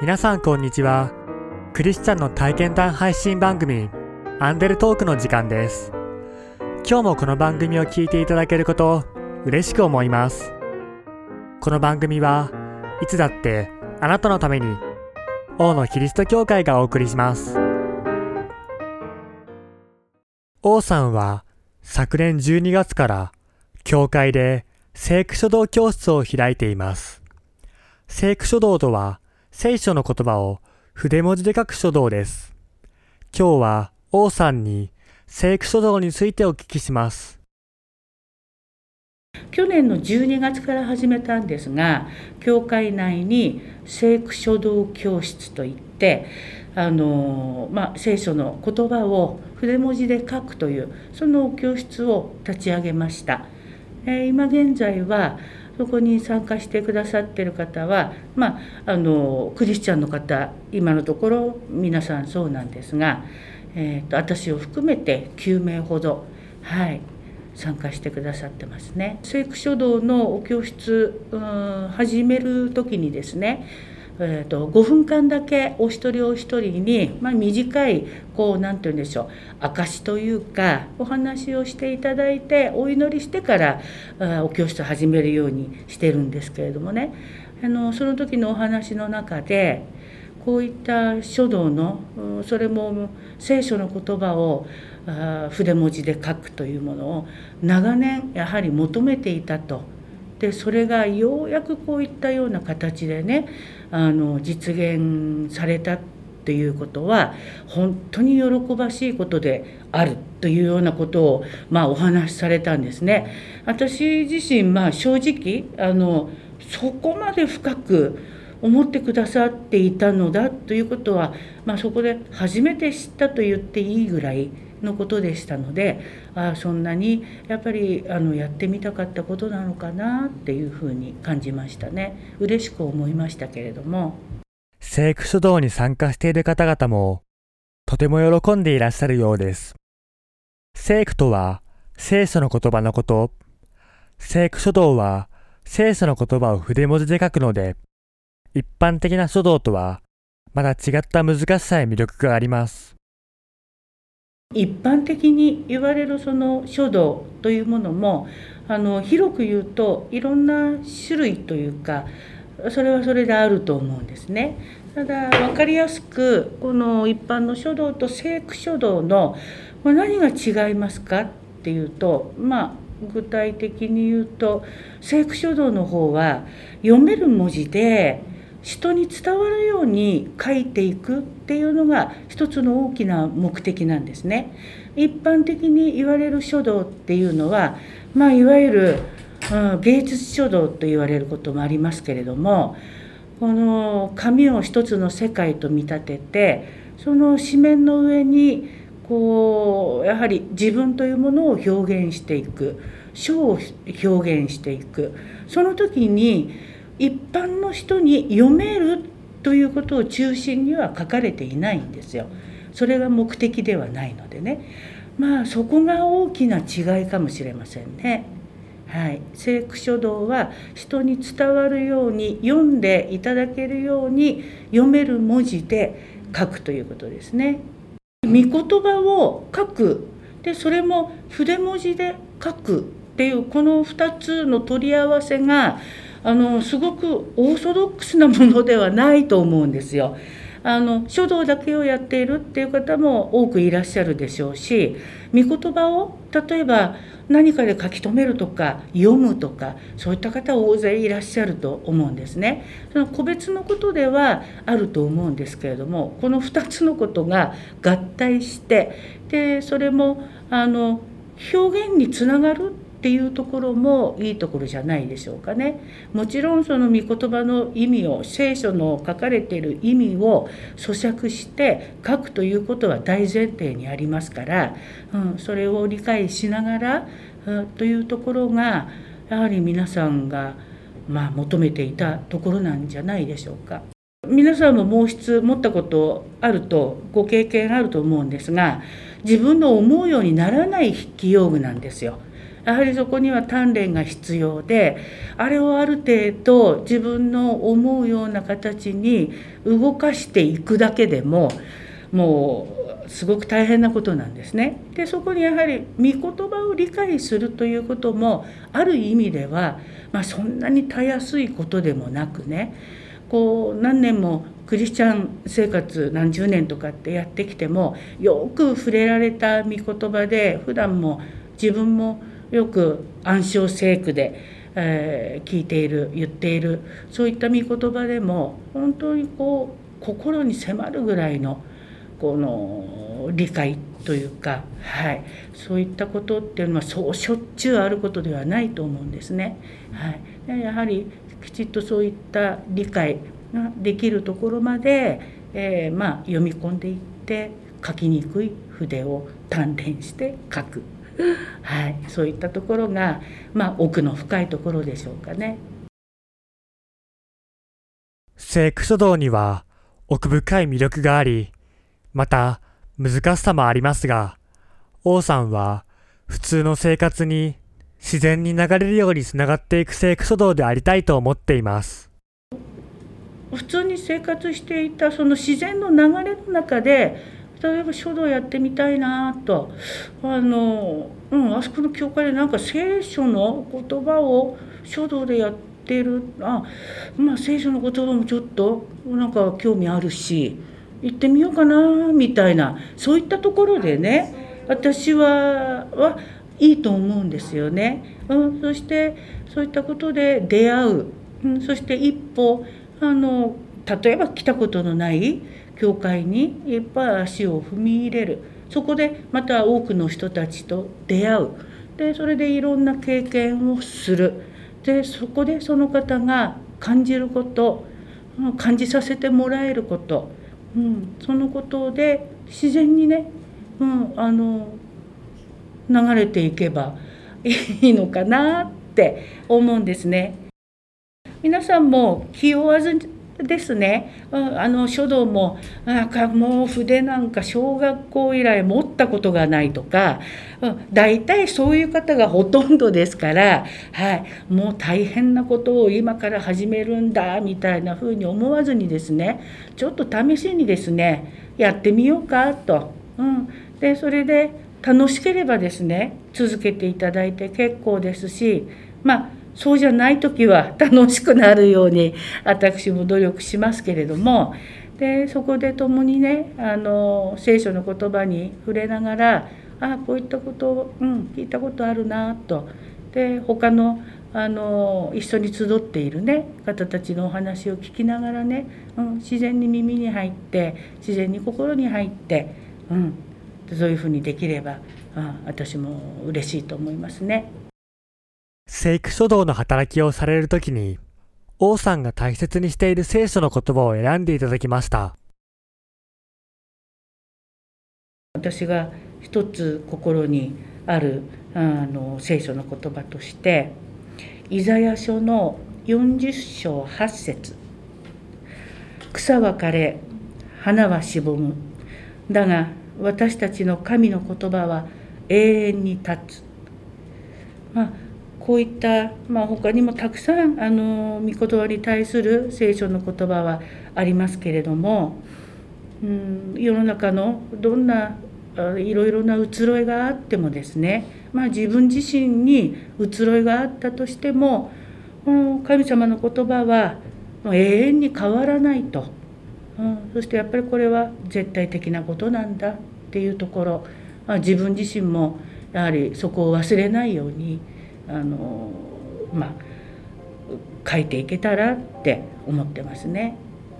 皆さんこんにちは。クリスチャンの体験談配信番組アンデルトークの時間です。今日もこの番組を聞いていただけることを嬉しく思います。この番組はいつだってあなたのために王のキリスト教会がお送りします。王さんは昨年12月から教会で聖句書道教室を開いています。聖句書道とは聖書の言葉を筆文字で書く書道です。今日は王さんに聖句書道についてお聞きします。 去年の12月から始めたんですが、教会内に聖句書道教室といって聖書の言葉を筆文字で書くというその教室を立ち上げました。今現在はそこに参加してくださっている方は、クリスチャンの方、今のところ皆さんそうなんですが、私を含めて9名ほど、参加してくださってますね。聖句書道の教室始める時にですね、5分間だけお一人お一人に、短いなんて言うんでしょう、証というかお話をしていただいてお祈りしてからお教室を始めるようにしてるんですけれどもね、その時のお話の中でこういった書道のそれも聖書の言葉を筆文字で書くというものを長年やはり求めていたと。でそれがようやくこういったような形でね実現されたっていうことは本当に喜ばしいことであるというようなことをお話しされたんですね。私自身正直そこまで深く思ってくださっていたのだということは、そこで初めて知ったと言っていいぐらいのことでしたので、そんなにやっぱりやってみたかったことなのかなっていうふうに感じましたね。嬉しく思いましたけれども。 聖句書道に参加している方々もとても喜んでいらっしゃるようです。聖句とは聖書の言葉のこと。聖句書道は聖書の言葉を筆文字で書くので、一般的な書道とはまた違った難しさや魅力があります。 一般的に言われるその書道というものも広く言うといろんな種類というかそれはそれであると思うんですね。ただ分かりやすくこの一般の書道と聖句書道の何が違いますかっていうと、具体的に言うと聖句書道の方は読める文字で人に伝わるように書いていくっていうのが一つの大きな目的なんですね。一般的に言われる書道っていうのは、いわゆる、芸術書道と言われることもありますけれども、この紙を一つの世界と見立ててその紙面の上にやはり自分というものを表現していく、書を表現していく。その時に一般の人に読めるということを中心には書かれていないんですよ。それが目的ではないのでね、そこが大きな違いかもしれませんね。聖句書道は人に伝わるように読んでいただけるように読める文字で書くということですね。御言葉を書く、でそれも筆文字で書くっていうこの2つの取り合わせがすごくオーソドックスなものではないと思うんですよ。書道だけをやっているっていう方も多くいらっしゃるでしょうし、御言葉を例えば何かで書き留めるとか読むとかそういった方大勢いらっしゃると思うんですね。その個別のことではあると思うんですけれども、この2つのことが合体してでそれも表現につながるっていうところもいいところじゃないでしょうかね。もちろんその御言葉の意味を、聖書の書かれている意味を咀嚼して書くということは大前提にありますから、それを理解しながら、というところがやはり皆さんが求めていたところなんじゃないでしょうか。皆さんも毛筆持ったことあるとご経験あると思うんですが、自分の思うようにならない筆記用具なんですよ。 やはりそこには鍛錬が必要で、あれをある程度自分の思うような形に動かしていくだけでももうすごく大変なことなんですね。でそこにやはり御言葉を理解するということもある意味では、そんなにたやすいことでもなくね、何年もクリスチャン生活何十年とかってやってきてもよく触れられた御言葉で、普段も自分もよく暗唱聖句で、聞いている、言っている、そういった御言葉でも本当に心に迫るぐらいの理解というか、そういったことっていうのはそうしょっちゅうあることではないと思うんですね。やはりきちっとそういった理解ができるところまで、読み込んでいって、書きにくい筆を鍛錬して書く、そういったところが、奥の深いところでしょうかね。 聖句書道には奥深い魅力があり、また難しさもありますが、王さんは普通の生活に自然に流れるようにつながっていく聖句書道でありたいと思っています。 普通に生活していたその自然の流れの中で、例えば書道やってみたいなと、あそこの教会でなんか聖書の言葉を書道でやってる、聖書の言葉もちょっとなんか興味あるし行ってみようかなみたいな、そういったところでね、私はいいと思うんですよね。そしてそういったことで出会う、そして一歩例えば来たことのない教会にいっぱい足を踏み入れる、そこでまた多くの人たちと出会う、でそれでいろんな経験をする、でそこでその方が感じること、感じさせてもらえること、そのことで自然にね、流れていけばいいのかなって思うんですね。皆さんも気負わずですね、書道ももう筆なんか小学校以来持ったことがないとか、大体そういう方がほとんどですから、もう大変なことを今から始めるんだみたいな風に思わずにですね、ちょっと試しにですねやってみようかと、でそれで楽しければですね続けていただいて結構ですし、そうじゃない時は楽しくなるように私も努力しますけれども、でそこで共にね聖書の言葉に触れながら、こういったことを、聞いたことあるなと、で他の一緒に集っているね方たちのお話を聞きながらね、自然に耳に入って自然に心に入って、そういうふうにできれば、私も嬉しいと思いますね。 聖句書道の働きをされるときに、王さんが大切にしている聖書の言葉を選んでいただきました。 私が一つ心にある聖書の言葉として、イザヤ書の40章8節、草は枯れ、花はしぼむ。だが私たちの神の言葉は永遠に立つ。こういった、他にもたくさん御言葉に対する聖書の言葉はありますけれども、世の中のどんないろいろな移ろいがあってもですね、自分自身に移ろいがあったとしても、神様の言葉は永遠に変わらないと、そしてやっぱりこれは絶対的なことなんだっていうところ、自分自身もやはりそこを忘れないように書いていけたらって思ってますね。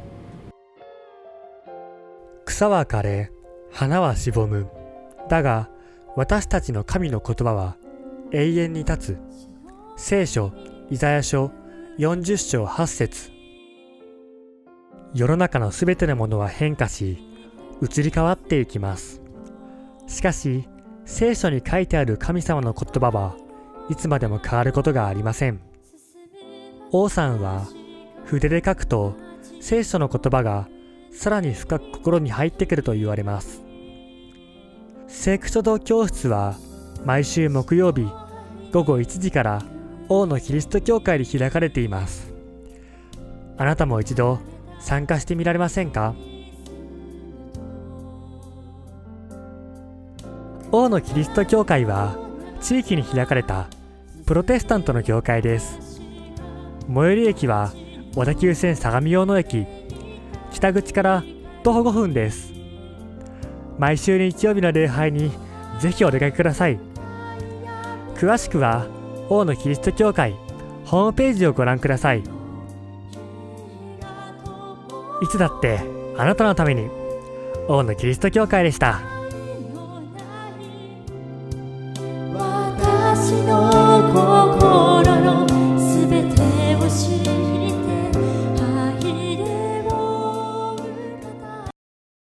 草は枯れ、花はしぼむ。だが私たちの神の言葉は永遠に立つ。聖書イザヤ書40章8節。世の中のすべてのものは変化し、移り変わっていきます。しかし聖書に書いてある神様の言葉はいつまでも変わることがありません。王さんは筆で書くと聖書の言葉がさらに深く心に入ってくると言われます。聖句書道教室は毎週木曜日午午後1時から王のキリスト教会で開かれています。あなたも一度参加してみられませんか？王のキリスト教会は地域に開かれたプロテスタントの教会です。最寄り駅は小田急線相模大野駅、北口から徒歩5分です。毎週日曜日の礼拝にぜひお出かけください。詳しくは王のキリスト教会ホームページをご覧ください。いつだってあなたのために、王のキリスト教会でした。 私の